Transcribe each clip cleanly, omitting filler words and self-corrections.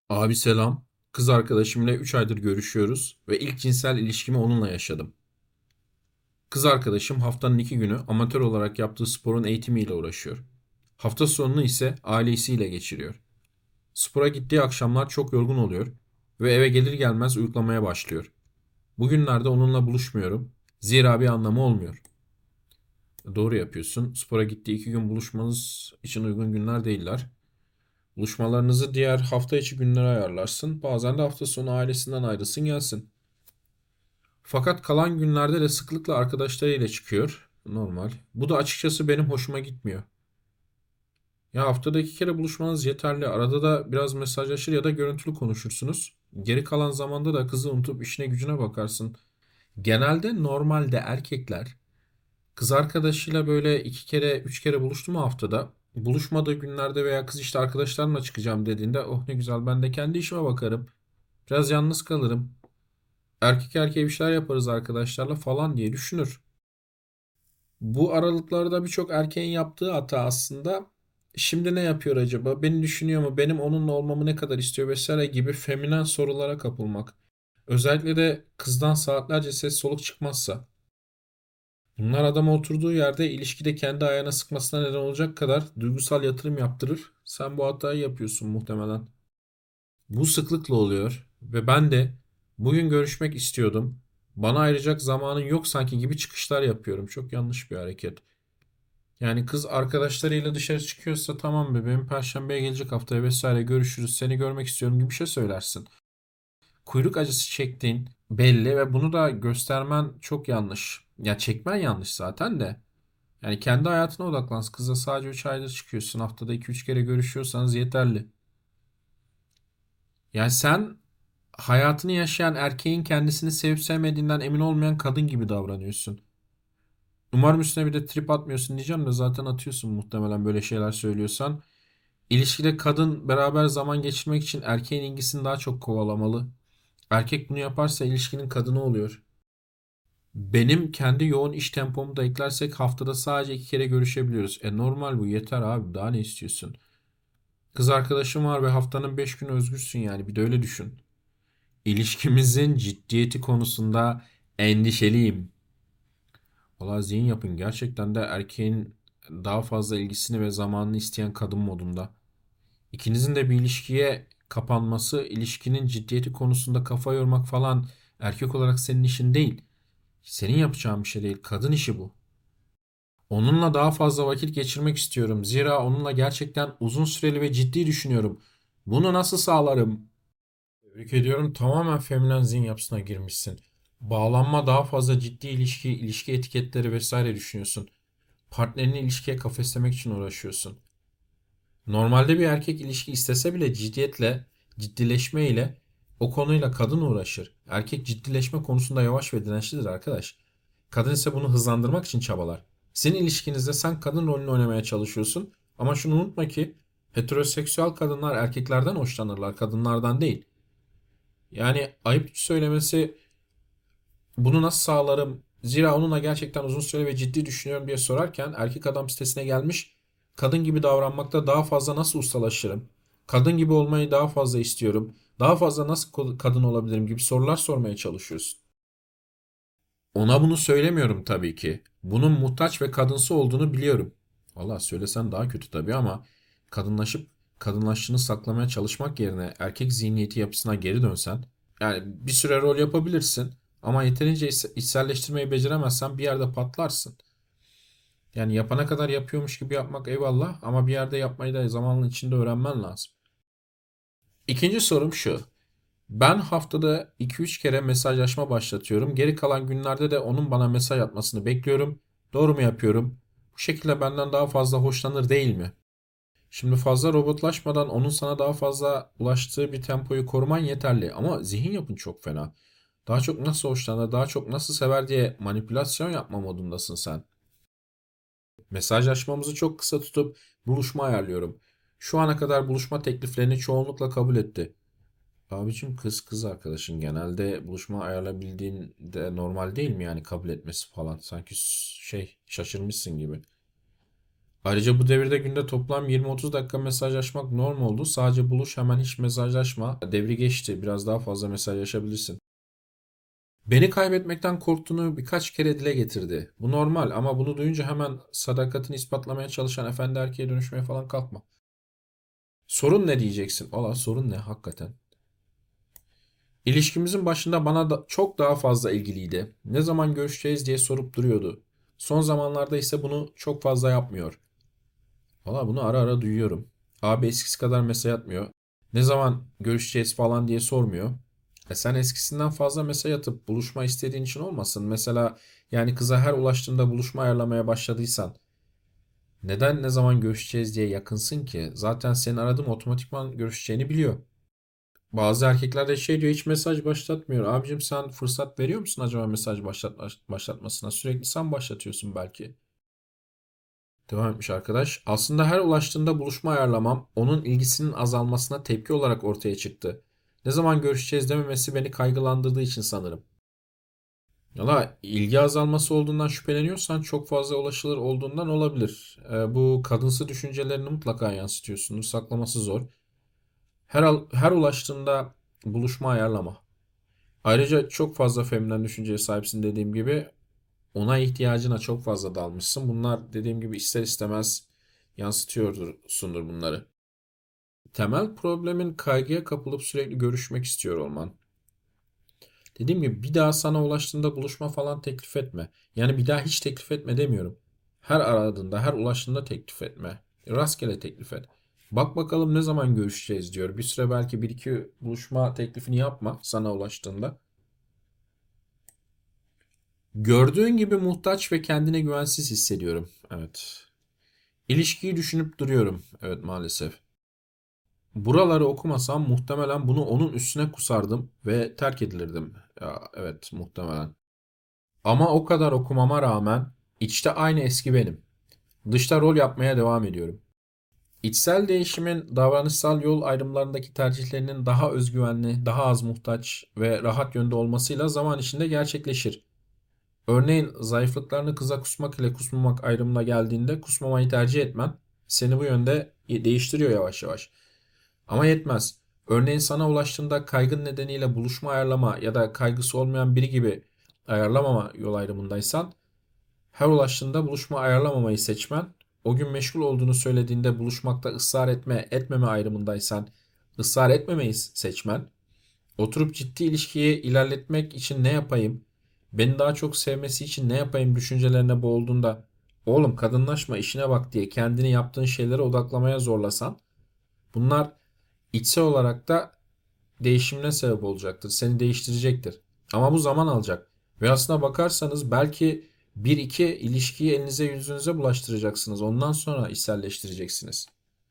Abi selam. Kız arkadaşımla 3 aydır görüşüyoruz ve ilk cinsel ilişkimi onunla yaşadım. Kız arkadaşım haftanın 2 günü amatör olarak yaptığı sporun eğitimiyle uğraşıyor. Hafta sonunu ise ailesiyle geçiriyor. Spora gittiği akşamlar çok yorgun oluyor ve eve gelir gelmez uyuklamaya başlıyor. Bugünlerde onunla buluşmuyorum. Zira bir anlamı olmuyor. Doğru yapıyorsun. Spora gittiği 2 gün buluşmanız için uygun günler değiller. Buluşmalarınızı diğer hafta içi günlere ayarlarsın. Bazen de hafta sonu ailesinden ayrılsın gelsin. Fakat kalan günlerde de sıklıkla arkadaşlarıyla çıkıyor. Normal. Bu da açıkçası benim hoşuma gitmiyor. Ya haftada 2 kere buluşmanız yeterli. Arada da biraz mesajlaşır ya da görüntülü konuşursunuz. Geri kalan zamanda da kızı unutup işine gücüne bakarsın. Genelde normalde erkekler kız arkadaşıyla böyle 2 kere 3 kere buluştu mu haftada? Buluşmadığı günlerde veya kız işte arkadaşlarımla çıkacağım dediğinde oh ne güzel ben de kendi işime bakarım. Biraz yalnız kalırım. Erkek erkeğe bir şeyler yaparız arkadaşlarla falan diye düşünür. Bu aralıklarda birçok erkeğin yaptığı hata aslında şimdi ne yapıyor acaba? Beni düşünüyor mu? Benim onunla olmamı ne kadar istiyor vesaire gibi feminen sorulara kapılmak. Özellikle de kızdan saatlerce ses soluk çıkmazsa. Bunlar adama oturduğu yerde ilişkide kendi ayağına sıkmasına neden olacak kadar duygusal yatırım yaptırır. Sen bu hatayı yapıyorsun muhtemelen. Bu sıklıkla oluyor ve ben de bugün görüşmek istiyordum. Bana ayıracak zamanın yok sanki gibi çıkışlar yapıyorum. Çok yanlış bir hareket. Yani kız arkadaşlarıyla dışarı çıkıyorsa tamam bebeğim Perşembeye gelecek haftaya vesaire görüşürüz seni görmek istiyorum gibi bir şey söylersin. Kuyruk acısı çektiğin belli ve bunu da göstermen çok yanlış. Ya çekmen yanlış zaten de. Yani kendi hayatına odaklan. Kızla sadece 3 aydır çıkıyorsun. Haftada 2-3 kere görüşüyorsanız yeterli. Yani sen hayatını yaşayan erkeğin kendisini sevip sevmediğinden emin olmayan kadın gibi davranıyorsun. Umarım üstüne bir de trip atmıyorsun diyeceğim de zaten atıyorsun muhtemelen böyle şeyler söylüyorsan. İlişkide kadın beraber zaman geçirmek için erkeğin ilgisini daha çok kovalamalı. Erkek bunu yaparsa ilişkinin kadını oluyor. Benim kendi yoğun iş tempomu da eklersek haftada sadece 2 kere görüşebiliyoruz. Normal bu yeter abi daha ne istiyorsun? Kız arkadaşım var ve haftanın 5 günü özgürsün yani bir de öyle düşün. İlişkimizin ciddiyeti konusunda endişeliyim. Valla zihin yapın gerçekten de erkeğin daha fazla ilgisini ve zamanını isteyen kadın modunda. İkinizin de bir ilişkiye kapanması, ilişkinin ciddiyeti konusunda kafa yormak falan erkek olarak senin işin değil. Senin yapacağın bir şey değil. Kadın işi bu. Onunla daha fazla vakit geçirmek istiyorum. Zira onunla gerçekten uzun süreli ve ciddi düşünüyorum. Bunu nasıl sağlarım? Tebrik ediyorum. Tamamen feminen zihin yapısına girmişsin. Bağlanma daha fazla ciddi ilişki, ilişki etiketleri vesaire düşünüyorsun. Partnerini ilişkiye kafeslemek için uğraşıyorsun. Normalde bir erkek ilişki istese bile ciddiyetle, ciddileşme ile o konuyla kadın uğraşır. Erkek ciddileşme konusunda yavaş ve dirençlidir arkadaş. Kadın ise bunu hızlandırmak için çabalar. Senin ilişkinizde sen kadın rolünü oynamaya çalışıyorsun ama şunu unutma ki heteroseksüel kadınlar erkeklerden hoşlanırlar, kadınlardan değil. Yani ayıp söylemesi bunu nasıl sağlarım? Zira onunla gerçekten uzun süre ve ciddi düşünüyorum diye sorarken erkek adam sitesine gelmiş. Kadın gibi davranmakta daha fazla nasıl ustalaşırım? Kadın gibi olmayı daha fazla istiyorum. Daha fazla nasıl kadın olabilirim gibi sorular sormaya çalışıyorsun. Ona bunu söylemiyorum tabii ki. Bunun muhtaç ve kadınsı olduğunu biliyorum. Valla söylesen daha kötü tabii ama kadınlaşıp kadınlaştığını saklamaya çalışmak yerine erkek zihniyeti yapısına geri dönsen yani bir süre rol yapabilirsin ama yeterince içselleştirmeyi beceremezsen bir yerde patlarsın. Yani yapana kadar yapıyormuş gibi yapmak eyvallah ama bir yerde yapmayı da zamanın içinde öğrenmen lazım. İkinci sorum şu. Ben haftada 2-3 kere mesajlaşma başlatıyorum. Geri kalan günlerde de onun bana mesaj atmasını bekliyorum. Doğru mu yapıyorum? Bu şekilde benden daha fazla hoşlanır değil mi? Şimdi fazla robotlaşmadan onun sana daha fazla ulaştığı bir tempoyu koruman yeterli. Ama zihin yapın çok fena. Daha çok nasıl hoşlanır, daha çok nasıl sever diye manipülasyon yapma modundasın sen. Mesajlaşmamızı çok kısa tutup buluşma ayarlıyorum. Şu ana kadar buluşma tekliflerini çoğunlukla kabul etti. Abicim kız arkadaşın genelde buluşma ayarlayabildiğin de normal değil mi yani kabul etmesi falan. Sanki şey şaşırmışsın gibi. Ayrıca bu devirde günde toplam 20-30 dakika mesajlaşmak norm oldu. Sadece buluş, hemen hiç mesajlaşma. Devri geçti. Biraz daha fazla mesajlaşabilirsin. Beni kaybetmekten korktuğunu birkaç kere dile getirdi. Bu normal, ama bunu duyunca hemen sadakatini ispatlamaya çalışan efendi erkeğe dönüşmeye falan kalkma. Sorun ne diyeceksin? Valla sorun ne hakikaten? İlişkimizin başında bana da çok daha fazla ilgiliydi. Ne zaman görüşeceğiz diye sorup duruyordu. Son zamanlarda ise bunu çok fazla yapmıyor. Valla bunu ara ara duyuyorum. Abi eskisi kadar mesaj atmıyor. Ne zaman görüşeceğiz falan diye sormuyor. Sen eskisinden fazla mesaj atıp buluşma istediğin için olmasın. Mesela yani kıza her ulaştığında buluşma ayarlamaya başladıysan neden ne zaman görüşeceğiz diye yakınsın ki? Zaten senin aradığın otomatikman görüşeceğini biliyor. Bazı erkekler de şey diyor, hiç mesaj başlatmıyor. Abicim sen fırsat veriyor musun acaba mesaj başlatmasına? Sürekli sen başlatıyorsun belki. Devam etmiş arkadaş. Aslında her ulaştığında buluşma ayarlamam onun ilgisinin azalmasına tepki olarak ortaya çıktı. Ne zaman görüşeceğiz dememesi beni kaygılandırdığı için sanırım. Valla ilgi azalması olduğundan şüpheleniyorsan çok fazla ulaşılır olduğundan olabilir. Bu kadınsı düşüncelerini mutlaka yansıtıyorsundur. Saklaması zor. Her ulaştığında buluşma ayarlama. Ayrıca çok fazla feminen düşünceye sahipsin dediğim gibi. Ona ihtiyacına çok fazla dalmışsın. Bunlar dediğim gibi ister istemez yansıtıyorsundur bunları. Temel problemin kaygıya kapılıp sürekli görüşmek istiyor olman. Dediğim gibi bir daha sana ulaştığında buluşma falan teklif etme. Yani bir daha hiç teklif etme demiyorum. Her aradığında, her ulaştığında teklif etme. Rastgele teklif et. Bak bakalım ne zaman görüşeceğiz diyor. Bir süre belki bir iki buluşma teklifini yapma sana ulaştığında. Gördüğün gibi muhtaç ve kendine güvensiz hissediyorum. Evet. İlişkiyi düşünüp duruyorum. Evet, maalesef. Buraları okumasam muhtemelen bunu onun üstüne kusardım ve terk edilirdim. Ya, evet, muhtemelen. Ama o kadar okumama rağmen içte aynı eski benim. Dışta rol yapmaya devam ediyorum. İçsel değişimin davranışsal yol ayrımlarındaki tercihlerinin daha özgüvenli, daha az muhtaç ve rahat yönde olmasıyla zaman içinde gerçekleşir. Örneğin zayıflıklarını kıza kusmak ile kusmamak ayrımına geldiğinde kusmamayı tercih etmen seni bu yönde değiştiriyor yavaş yavaş. Ama yetmez. Örneğin sana ulaştığında kaygın nedeniyle buluşma ayarlama ya da kaygısı olmayan biri gibi ayarlamama yol ayrımındaysan, her ulaştığında buluşma ayarlamamayı seçmen, o gün meşgul olduğunu söylediğinde buluşmakta ısrar etme etmeme ayrımındaysan ısrar etmemeyi seçmen, oturup ciddi ilişkiyi ilerletmek için ne yapayım, beni daha çok sevmesi için ne yapayım düşüncelerine boğulduğunda, oğlum kadınlaşma işine bak diye kendini yaptığın şeylere odaklamaya zorlasan, bunlar içsel olarak da değişimine sebep olacaktır. Seni değiştirecektir. Ama bu zaman alacak. Ve aslına bakarsanız belki bir iki ilişkiyi elinize yüzünüze bulaştıracaksınız. Ondan sonra içselleştireceksiniz.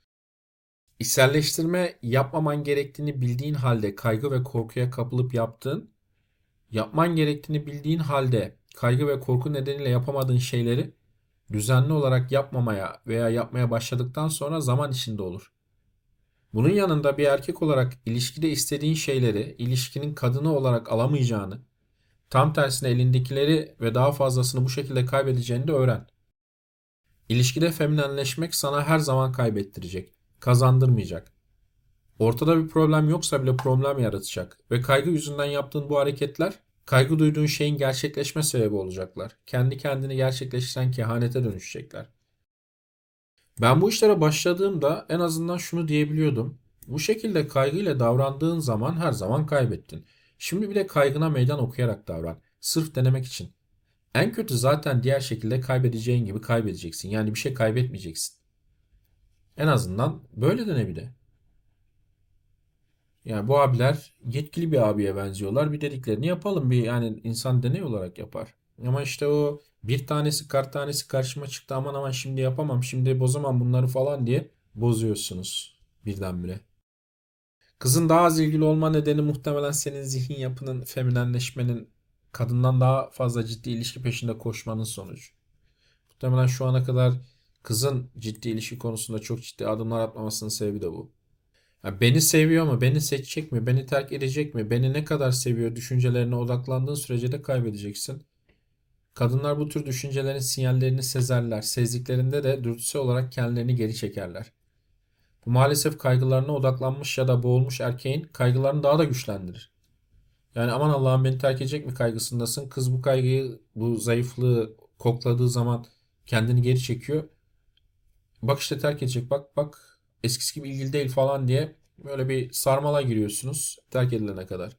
İçselleştirme yapmaman gerektiğini bildiğin halde kaygı ve korkuya kapılıp yaptığın, yapman gerektiğini bildiğin halde kaygı ve korku nedeniyle yapamadığın şeyleri düzenli olarak yapmamaya veya yapmaya başladıktan sonra zaman içinde olur. Bunun yanında bir erkek olarak ilişkide istediğin şeyleri ilişkinin kadını olarak alamayacağını, tam tersine elindekileri ve daha fazlasını bu şekilde kaybedeceğini de öğren. İlişkide feminenleşmek sana her zaman kaybettirecek, kazandırmayacak. Ortada bir problem yoksa bile problem yaratacak ve kaygı yüzünden yaptığın bu hareketler kaygı duyduğun şeyin gerçekleşme sebebi olacaklar. Kendi kendini gerçekleştiren kehanete dönüşecekler. Ben bu işlere başladığımda en azından şunu diyebiliyordum. Bu şekilde kaygıyla davrandığın zaman her zaman kaybettin. Şimdi bir de kaygına meydan okuyarak davran. Sırf denemek için. En kötü zaten diğer şekilde kaybedeceğin gibi kaybedeceksin. Yani bir şey kaybetmeyeceksin. En azından böyle dene bir de. Yani bu abiler yetkili bir abiye benziyorlar. Bir dediklerini yapalım. Bir yani insan deney olarak yapar. Ama işte o bir tanesi kar tanesi karşıma çıktı, aman aman şimdi yapamam şimdi bozamam bunları falan diye bozuyorsunuz birdenbire. Kızın daha az ilgili olma nedeni muhtemelen senin zihin yapının feminenleşmenin, kadından daha fazla ciddi ilişki peşinde koşmanın sonucu. Muhtemelen şu ana kadar kızın ciddi ilişki konusunda çok ciddi adımlar atmamasının sebebi de bu. Ya beni seviyor mu? Beni seçecek mi? Beni terk edecek mi? Beni ne kadar seviyor düşüncelerine odaklandığın sürece de kaybedeceksin. Kadınlar bu tür düşüncelerin sinyallerini sezerler. Sezdiklerinde de dürtüsel olarak kendilerini geri çekerler. Bu maalesef kaygılarına odaklanmış ya da boğulmuş erkeğin kaygılarını daha da güçlendirir. Yani aman Allah'ım beni terk edecek mi kaygısındasın. Kız bu kaygıyı, bu zayıflığı kokladığı zaman kendini geri çekiyor. Bak işte terk edecek, bak bak eskisi gibi ilgili değil falan diye böyle bir sarmala giriyorsunuz terk edilene kadar.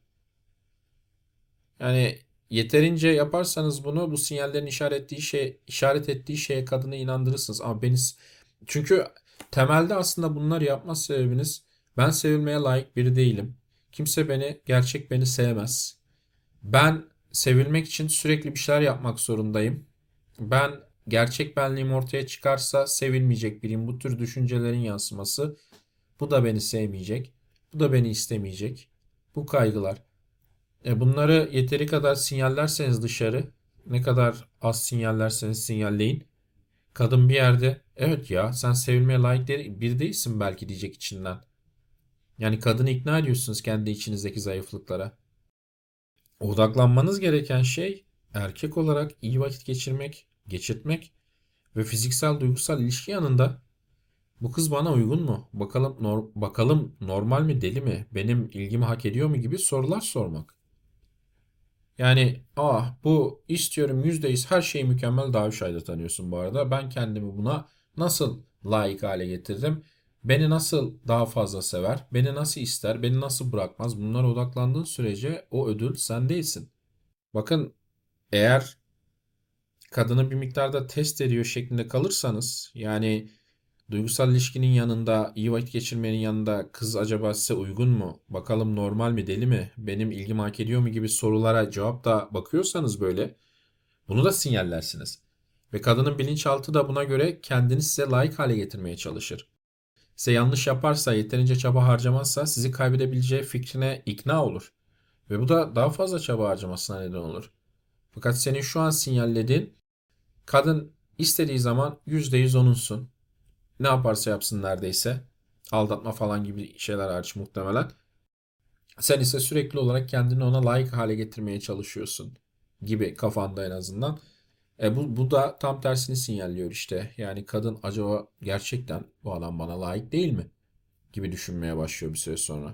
Yani yeterince yaparsanız bunu, bu sinyallerin işaret ettiği şeye kadını inandırırsınız. Ama çünkü temelde aslında bunları yapma sebebiniz, ben sevilmeye layık biri değilim. Kimse gerçek beni sevmez. Ben sevilmek için sürekli bir şeyler yapmak zorundayım. Ben gerçek benliğim ortaya çıkarsa sevilmeyecek biriyim. Bu tür düşüncelerin yansıması. Bu da beni sevmeyecek. Bu da beni istemeyecek. Bu kaygılar. Bunları yeteri kadar sinyallerseniz dışarı, ne kadar az sinyallerseniz sinyalleyin. Kadın bir yerde evet ya sen sevilmeye layık biri değilsin belki diyecek içinden. Yani kadını ikna ediyorsunuz kendi içinizdeki zayıflıklara. Odaklanmanız gereken şey erkek olarak iyi vakit geçirtmek ve fiziksel duygusal ilişki yanında bu kız bana uygun mu? Bakalım normal mi, deli mi? Benim ilgimi hak ediyor mu gibi sorular sormak. Yani bu istiyorum %100 her şeyi mükemmel Davuşay'da tanıyorsun bu arada. Ben kendimi buna nasıl layık hale getirdim? Beni nasıl daha fazla sever? Beni nasıl ister? Beni nasıl bırakmaz? Bunlara odaklandığın sürece o ödül sen değilsin. Bakın, eğer kadını bir miktarda test ediyor şeklinde kalırsanız, yani duygusal ilişkinin yanında, iyi vakit geçirmenin yanında kız acaba size uygun mu? Bakalım normal mi, deli mi? Benim ilgimi hak ediyor mu gibi sorulara cevap da bakıyorsanız böyle, bunu da sinyallersiniz. Ve kadının bilinçaltı da buna göre kendini size layık hale getirmeye çalışır. Size yanlış yaparsa, yeterince çaba harcamazsa sizi kaybedebileceği fikrine ikna olur. Ve bu da daha fazla çaba harcamasına neden olur. Fakat senin şu an sinyallediğin, kadın istediği zaman %100 onunsun. Ne yaparsa yapsın neredeyse. Aldatma falan gibi şeyler hariç muhtemelen. Sen ise sürekli olarak kendini ona layık hale getirmeye çalışıyorsun gibi kafanda en azından. Bu da tam tersini sinyalliyor işte. Yani kadın acaba gerçekten bu adam bana layık değil mi gibi düşünmeye başlıyor bir süre sonra.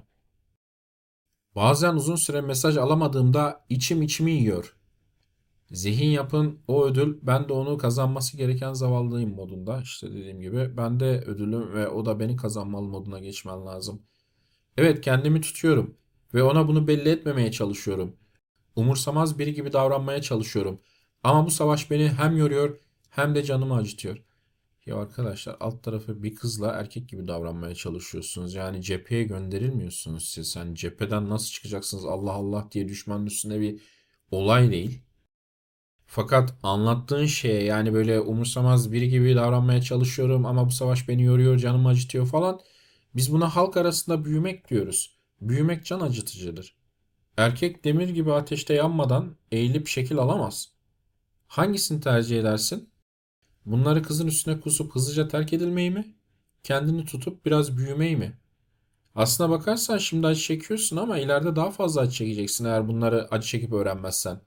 Bazen uzun süre mesaj alamadığımda içim içimi yiyor. Zihin yapın o ödül, ben de onu kazanması gereken zavallıyım modunda. İşte dediğim gibi ben de ödülüm ve o da beni kazanmalı moduna geçmen lazım. Evet, kendimi tutuyorum ve ona bunu belli etmemeye çalışıyorum. Umursamaz biri gibi davranmaya çalışıyorum. Ama bu savaş beni hem yoruyor hem de canımı acıtıyor. Ya arkadaşlar, alt tarafı bir kızla erkek gibi davranmaya çalışıyorsunuz. Yani cepheye gönderilmiyorsunuz siz. Hani cepheden nasıl çıkacaksınız Allah Allah diye düşmanın üstüne bir olay değil. Fakat anlattığın şeye, yani böyle umursamaz biri gibi davranmaya çalışıyorum ama bu savaş beni yoruyor, canımı acıtıyor falan. Biz buna halk arasında büyümek diyoruz. Büyümek can acıtıcıdır. Erkek demir gibi ateşte yanmadan eğilip şekil alamaz. Hangisini tercih edersin? Bunları kızın üstüne kusup hızlıca terk edilmeyi mi? Kendini tutup biraz büyümeyi mi? Aslına bakarsan şimdi acı çekiyorsun ama ileride daha fazla acı çekeceksin eğer bunları acı çekip öğrenmezsen.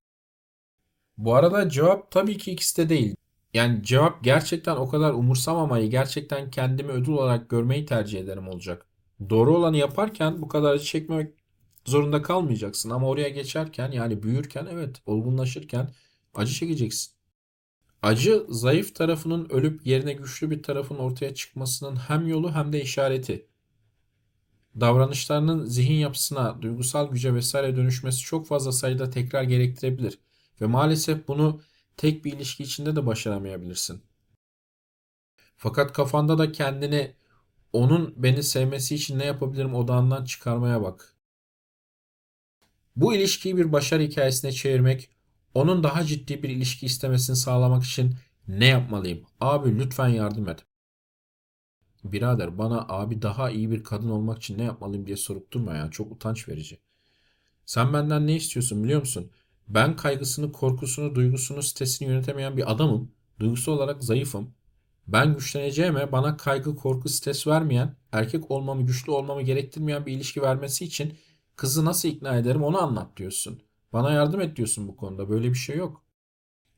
Bu arada cevap tabii ki ikisi de değil. Yani cevap gerçekten o kadar umursamamayı, gerçekten kendimi ödül olarak görmeyi tercih ederim olacak. Doğru olanı yaparken bu kadar acı çekmemek zorunda kalmayacaksın ama oraya geçerken, yani büyürken, evet, olgunlaşırken acı çekeceksin. Acı, zayıf tarafının ölüp yerine güçlü bir tarafın ortaya çıkmasının hem yolu hem de işareti. Davranışlarının zihin yapısına, duygusal güce vesaire dönüşmesi çok fazla sayıda tekrar gerektirebilir. Ve maalesef bunu tek bir ilişki içinde de başaramayabilirsin. Fakat kafanda da kendini onun beni sevmesi için ne yapabilirim odağından çıkarmaya bak. Bu ilişkiyi bir başarı hikayesine çevirmek, onun daha ciddi bir ilişki istemesini sağlamak için ne yapmalıyım? Abi lütfen yardım et. Birader, bana abi daha iyi bir kadın olmak için ne yapmalıyım diye sorup durma ya. Çok utanç verici. Sen benden ne istiyorsun biliyor musun? Ben kaygısını, korkusunu, duygusunu, stresini yönetemeyen bir adamım. Duygusal olarak zayıfım. Ben güçleneceğime bana kaygı, korku, stres vermeyen, erkek olmamı, güçlü olmamı gerektirmeyen bir ilişki vermesi için kızı nasıl ikna ederim onu anlat diyorsun. Bana yardım et diyorsun bu konuda. Böyle bir şey yok.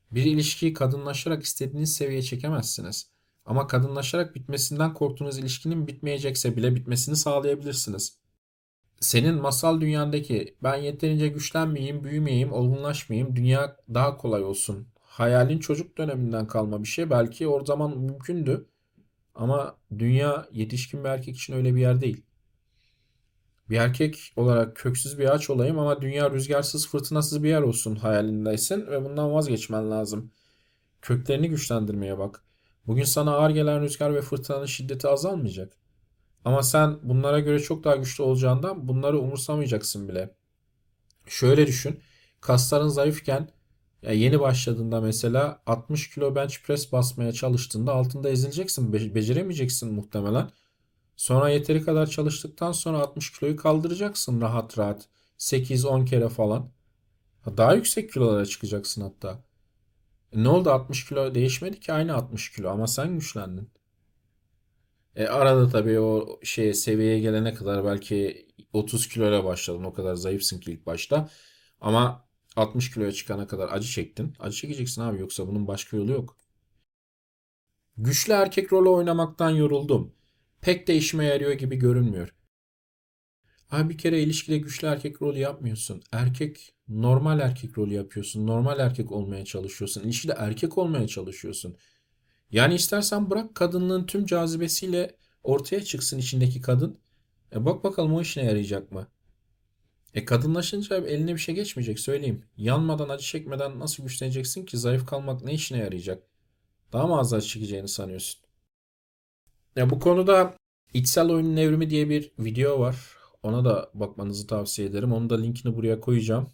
Bir ilişkiyi kadınlaşarak istediğiniz seviyeye çekemezsiniz. Ama kadınlaşarak bitmesinden korktuğunuz ilişkinin bitmeyecekse bile bitmesini sağlayabilirsiniz. Senin masal dünyandaki ben yeterince güçlenmeyeyim, büyümeyeyim, olgunlaşmayayım, dünya daha kolay olsun. Hayalin çocuk döneminden kalma bir şey. Belki o zaman mümkündü. Ama dünya yetişkin bir erkek için öyle bir yer değil. Bir erkek olarak köksüz bir ağaç olayım ama dünya rüzgarsız, fırtınasız bir yer olsun hayalindeysin ve bundan vazgeçmen lazım. Köklerini güçlendirmeye bak. Bugün sana ağır gelen rüzgar ve fırtınanın şiddeti azalmayacak. Ama sen bunlara göre çok daha güçlü olacağından bunları umursamayacaksın bile. Şöyle düşün. Kasların zayıfken ya yeni başladığında mesela 60 kilo bench press basmaya çalıştığında altında ezileceksin. Beceremeyeceksin muhtemelen. Sonra yeteri kadar çalıştıktan sonra 60 kiloyu kaldıracaksın rahat rahat. 8-10 kere falan. Daha yüksek kilolara çıkacaksın hatta. Ne oldu, 60 kilo değişmedi ki, aynı 60 kilo ama sen güçlendin. Arada tabii o seviyeye gelene kadar belki 30 kiloyla başladın. O kadar zayıfsın ki ilk başta. Ama 60 kiloya çıkana kadar acı çektin. Acı çekeceksin abi, yoksa bunun başka yolu yok. Güçlü erkek rolü oynamaktan yoruldum. Pek de işime yarıyor gibi görünmüyor. Abi bir kere ilişkide güçlü erkek rolü yapmıyorsun. Normal erkek rolü yapıyorsun. Normal erkek olmaya çalışıyorsun. İlişkide erkek olmaya çalışıyorsun. Yani istersen bırak kadınlığın tüm cazibesiyle ortaya çıksın içindeki kadın. Bak bakalım o işine yarayacak mı? Kadınlaşınca eline bir şey geçmeyecek, söyleyeyim. Yanmadan acı çekmeden nasıl güçleneceksin ki? Zayıf kalmak ne işine yarayacak? Daha mı az acı çekeceğini sanıyorsun? Bu konuda İçsel Oyunun Evrimi diye bir video var. Ona da bakmanızı tavsiye ederim. Onun da linkini buraya koyacağım.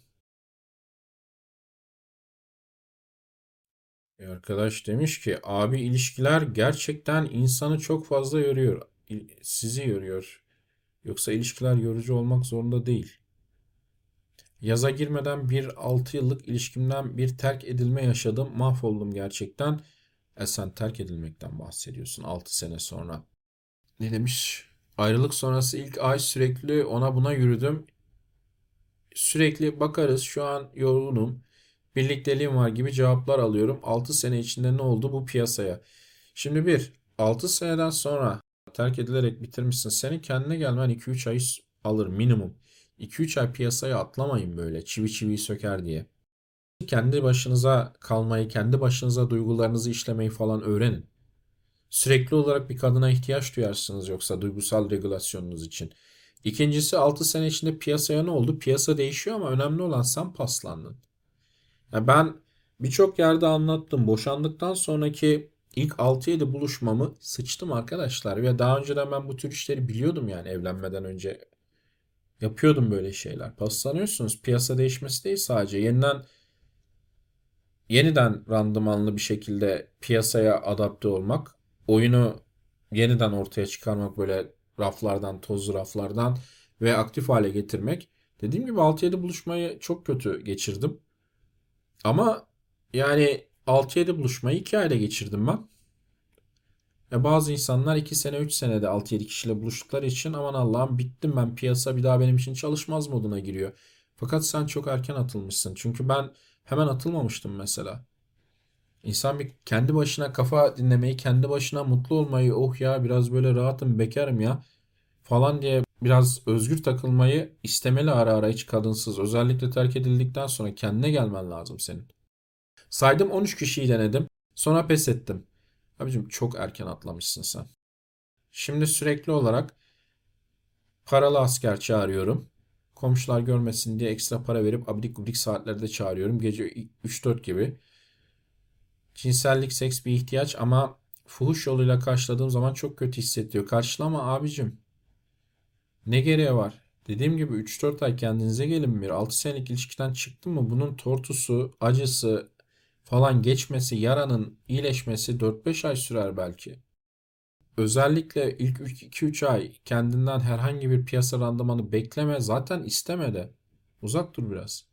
Arkadaş demiş ki abi ilişkiler gerçekten insanı çok fazla yoruyor. Sizi yoruyor. Yoksa ilişkiler yorucu olmak zorunda değil. Yaza girmeden bir 6 yıllık ilişkimden bir terk edilme yaşadım. Mahvoldum gerçekten. Sen terk edilmekten bahsediyorsun 6 sene sonra. Ne demiş? Ayrılık sonrası ilk ay sürekli ona buna yürüdüm. Sürekli bakarız, şu an yorgunum, birlikteliğim var gibi cevaplar alıyorum. 6 sene içinde ne oldu bu piyasaya? Şimdi 6 seneden sonra terk edilerek bitirmişsin. Senin kendine gelmen 2-3 ay alır minimum. 2-3 ay piyasaya atlamayın böyle çivi çiviyi söker diye. Kendi başınıza kalmayı, kendi başınıza duygularınızı işlemeyi falan öğrenin. Sürekli olarak bir kadına ihtiyaç duyarsınız yoksa duygusal regülasyonunuz için. İkincisi, 6 sene içinde piyasaya ne oldu? Piyasa değişiyor ama önemli olan sen paslandın. Ya ben birçok yerde anlattım. Boşandıktan sonraki ilk 6-7 buluşmamı sıçtım arkadaşlar. Ve daha önceden ben bu tür işleri biliyordum, yani evlenmeden önce yapıyordum böyle şeyler. Paslanıyorsunuz. Piyasa değişmesi değil sadece. Yeniden randımanlı bir şekilde piyasaya adapte olmak, oyunu yeniden ortaya çıkarmak, böyle raflardan, tozlu raflardan ve aktif hale getirmek. Dediğim gibi 6-7 buluşmayı çok kötü geçirdim. Ama yani 6-7 buluşmayı 2 ayda geçirdim ben. Bazı insanlar 2 sene 3 senede 6-7 kişiyle buluştukları için aman Allah'ım bittim ben, piyasa bir daha benim için çalışmaz moduna giriyor. Fakat sen çok erken atılmışsın. Çünkü ben hemen atılmamıştım mesela. İnsan bir kendi başına kafa dinlemeyi, kendi başına mutlu olmayı, oh ya biraz böyle rahatım, bekarım ya falan diye biraz özgür takılmayı istemeli ara ara, hiç kadınsız. Özellikle terk edildikten sonra kendine gelmen lazım senin. Saydım 13 kişiyi denedim. Sonra pes ettim. Abicim çok erken atlamışsın sen. Şimdi sürekli olarak paralı asker çağırıyorum. Komşular görmesin diye ekstra para verip abidik gubidik saatlerde çağırıyorum. Gece 3-4 gibi. Cinsellik, seks bir ihtiyaç ama fuhuş yoluyla karşıladığım zaman çok kötü hissettiriyor. Karşılama abicim. Ne gereği var? Dediğim gibi 3-4 ay kendinize gelin bir. 6 senelik ilişkiden çıktın mı bunun tortusu, acısı falan geçmesi, yaranın iyileşmesi 4-5 ay sürer belki. Özellikle ilk 2-3 ay kendinden herhangi bir piyasa randımanı bekleme. Zaten isteme de. Uzak dur biraz.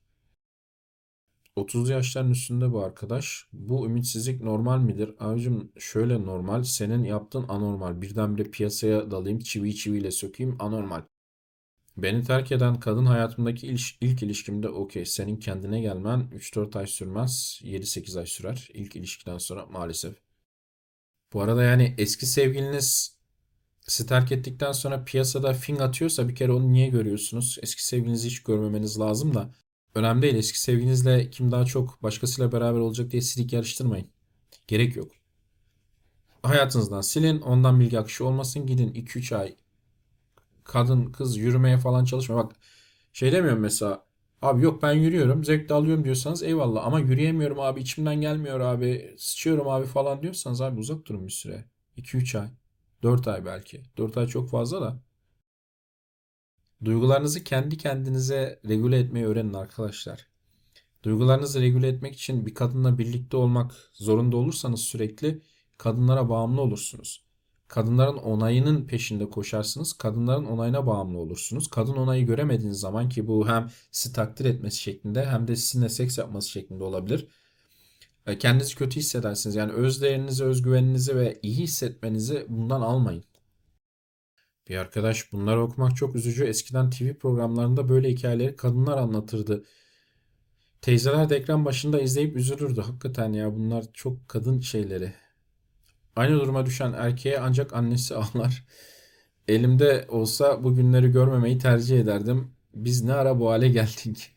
30 yaşların üstünde bu arkadaş. Bu ümitsizlik normal midir? Abicim şöyle normal. Senin yaptığın anormal. Birdenbire piyasaya dalayım, çiviyi çiviyle sökeyim, anormal. Beni terk eden kadın hayatımdaki ilk ilişkimde okey. Senin kendine gelmen 3-4 ay sürmez. 7-8 ay sürer. İlk ilişkiden sonra maalesef. Bu arada yani eski sevgiliniz sizi terk ettikten sonra piyasada fing atıyorsa bir kere onu niye görüyorsunuz? Eski sevgilinizi hiç görmemeniz lazım da. Önemli değil. Eski sevgilinizle kim daha çok başkasıyla beraber olacak diye silik yarıştırmayın. Gerek yok. Hayatınızdan silin. Ondan bilgi akışı olmasın. Gidin 2-3 ay kadın kız yürümeye falan çalışma. Bak şey demiyorum mesela. Abi yok ben yürüyorum zevk de alıyorum diyorsanız eyvallah. Ama yürüyemiyorum abi içimden gelmiyor abi. Sıçıyorum abi falan diyorsanız abi uzak durun bir süre. 2-3 ay. 4 ay belki. 4 ay çok fazla da. Duygularınızı kendi kendinize regüle etmeyi öğrenin arkadaşlar. Duygularınızı regüle etmek için bir kadınla birlikte olmak zorunda olursanız sürekli kadınlara bağımlı olursunuz. Kadınların onayının peşinde koşarsınız. Kadınların onayına bağımlı olursunuz. Kadın onayı göremediğiniz zaman ki bu hem sizi takdir etmesi şeklinde hem de sizinle seks yapması şeklinde olabilir. Kendinizi kötü hissedersiniz. Yani öz değerinizi, özgüveninizi ve iyi hissetmenizi bundan almayın. Bir arkadaş bunları okumak çok üzücü. Eskiden TV programlarında böyle hikayeleri kadınlar anlatırdı. Teyzeler de ekran başında izleyip üzülürdü. Hakikaten ya bunlar çok kadın şeyleri. Aynı duruma düşen erkeğe ancak annesi ağlar. Elimde olsa bu günleri görmemeyi tercih ederdim. Biz ne ara bu hale geldik?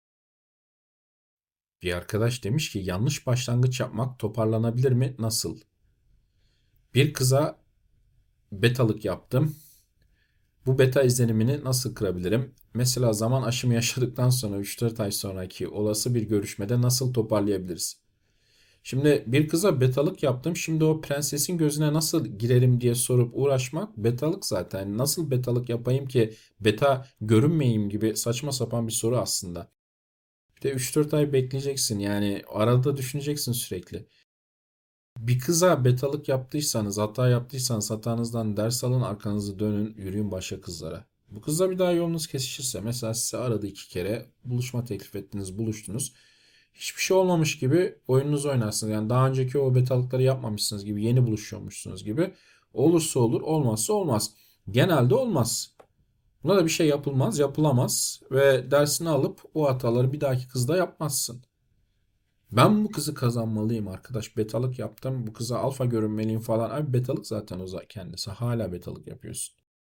Bir arkadaş demiş ki yanlış başlangıç yapmak toparlanabilir mi? Nasıl? Bir kıza betalık yaptım. Bu beta izlenimini nasıl kırabilirim? Mesela zaman aşımı yaşadıktan sonra 3-4 ay sonraki olası bir görüşmede nasıl toparlayabiliriz? Şimdi bir kıza betalık yaptım. Şimdi o prensesin gözüne nasıl girerim diye sorup uğraşmak betalık zaten. Nasıl betalık yapayım ki beta görünmeyeyim gibi saçma sapan bir soru aslında. Bir de 3-4 ay bekleyeceksin. Yani arada düşüneceksin sürekli. Bir kıza betalık yaptıysanız, hata yaptıysanız hatanızdan ders alın, arkanızı dönün, yürüyün başka kızlara. Bu kızla bir daha yolunuz kesişirse, mesela size aradı 2 kere, buluşma teklif ettiniz, buluştunuz. Hiçbir şey olmamış gibi oyununuzu oynarsınız. Yani daha önceki o betalıkları yapmamışsınız gibi, yeni buluşuyormuşsunuz gibi. Olursa olur, olmazsa olmaz. Genelde olmaz. Buna da bir şey yapılmaz, yapılamaz ve dersini alıp o hataları bir dahaki kızda yapmazsın. Ben bu kızı kazanmalıyım arkadaş. Betalık yaptım. Bu kıza alfa görünmeliyim falan. Abi betalık zaten o kendisi. Hala betalık yapıyorsun.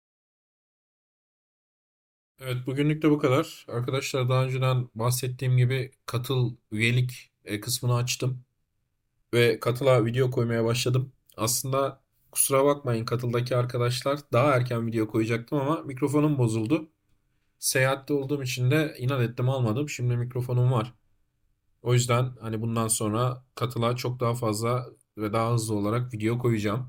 Evet bugünlük de bu kadar. Arkadaşlar daha önceden bahsettiğim gibi katıl üyelik kısmını açtım. Ve katıla video koymaya başladım. Aslında kusura bakmayın katıldaki arkadaşlar. Daha erken video koyacaktım ama mikrofonum bozuldu. Seyahatte olduğum için de inat ettim almadım. Şimdi mikrofonum var. O yüzden hani bundan sonra katıla çok daha fazla ve daha hızlı olarak video koyacağım.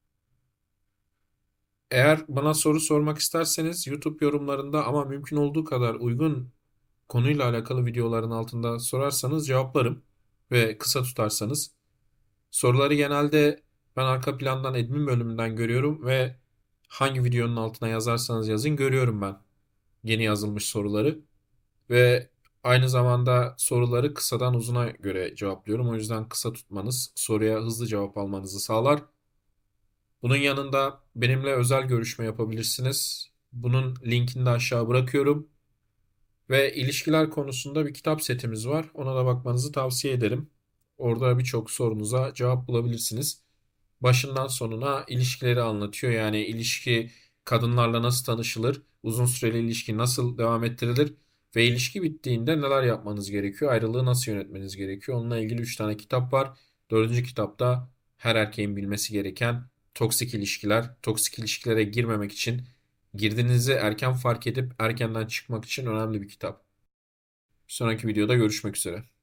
Eğer bana soru sormak isterseniz YouTube yorumlarında ama mümkün olduğu kadar uygun konuyla alakalı videoların altında sorarsanız cevaplarım ve kısa tutarsanız. Soruları genelde ben arka plandan admin bölümünden görüyorum ve hangi videonun altına yazarsanız yazın görüyorum ben yeni yazılmış soruları ve aynı zamanda soruları kısadan uzuna göre cevaplıyorum. O yüzden kısa tutmanız soruya hızlı cevap almanızı sağlar. Bunun yanında benimle özel görüşme yapabilirsiniz. Bunun linkini de aşağı bırakıyorum. Ve ilişkiler konusunda bir kitap setimiz var. Ona da bakmanızı tavsiye ederim. Orada birçok sorunuza cevap bulabilirsiniz. Başından sonuna ilişkileri anlatıyor. Yani ilişki kadınlarla nasıl tanışılır, uzun süreli ilişki nasıl devam ettirilir ve ilişki bittiğinde neler yapmanız gerekiyor, ayrılığı nasıl yönetmeniz gerekiyor. Onunla ilgili 3 tane kitap var. Dördüncü kitapta her erkeğin bilmesi gereken toksik ilişkiler, toksik ilişkilere girmemek için girdiğinizi erken fark edip erkenden çıkmak için önemli bir kitap. Bir sonraki videoda görüşmek üzere.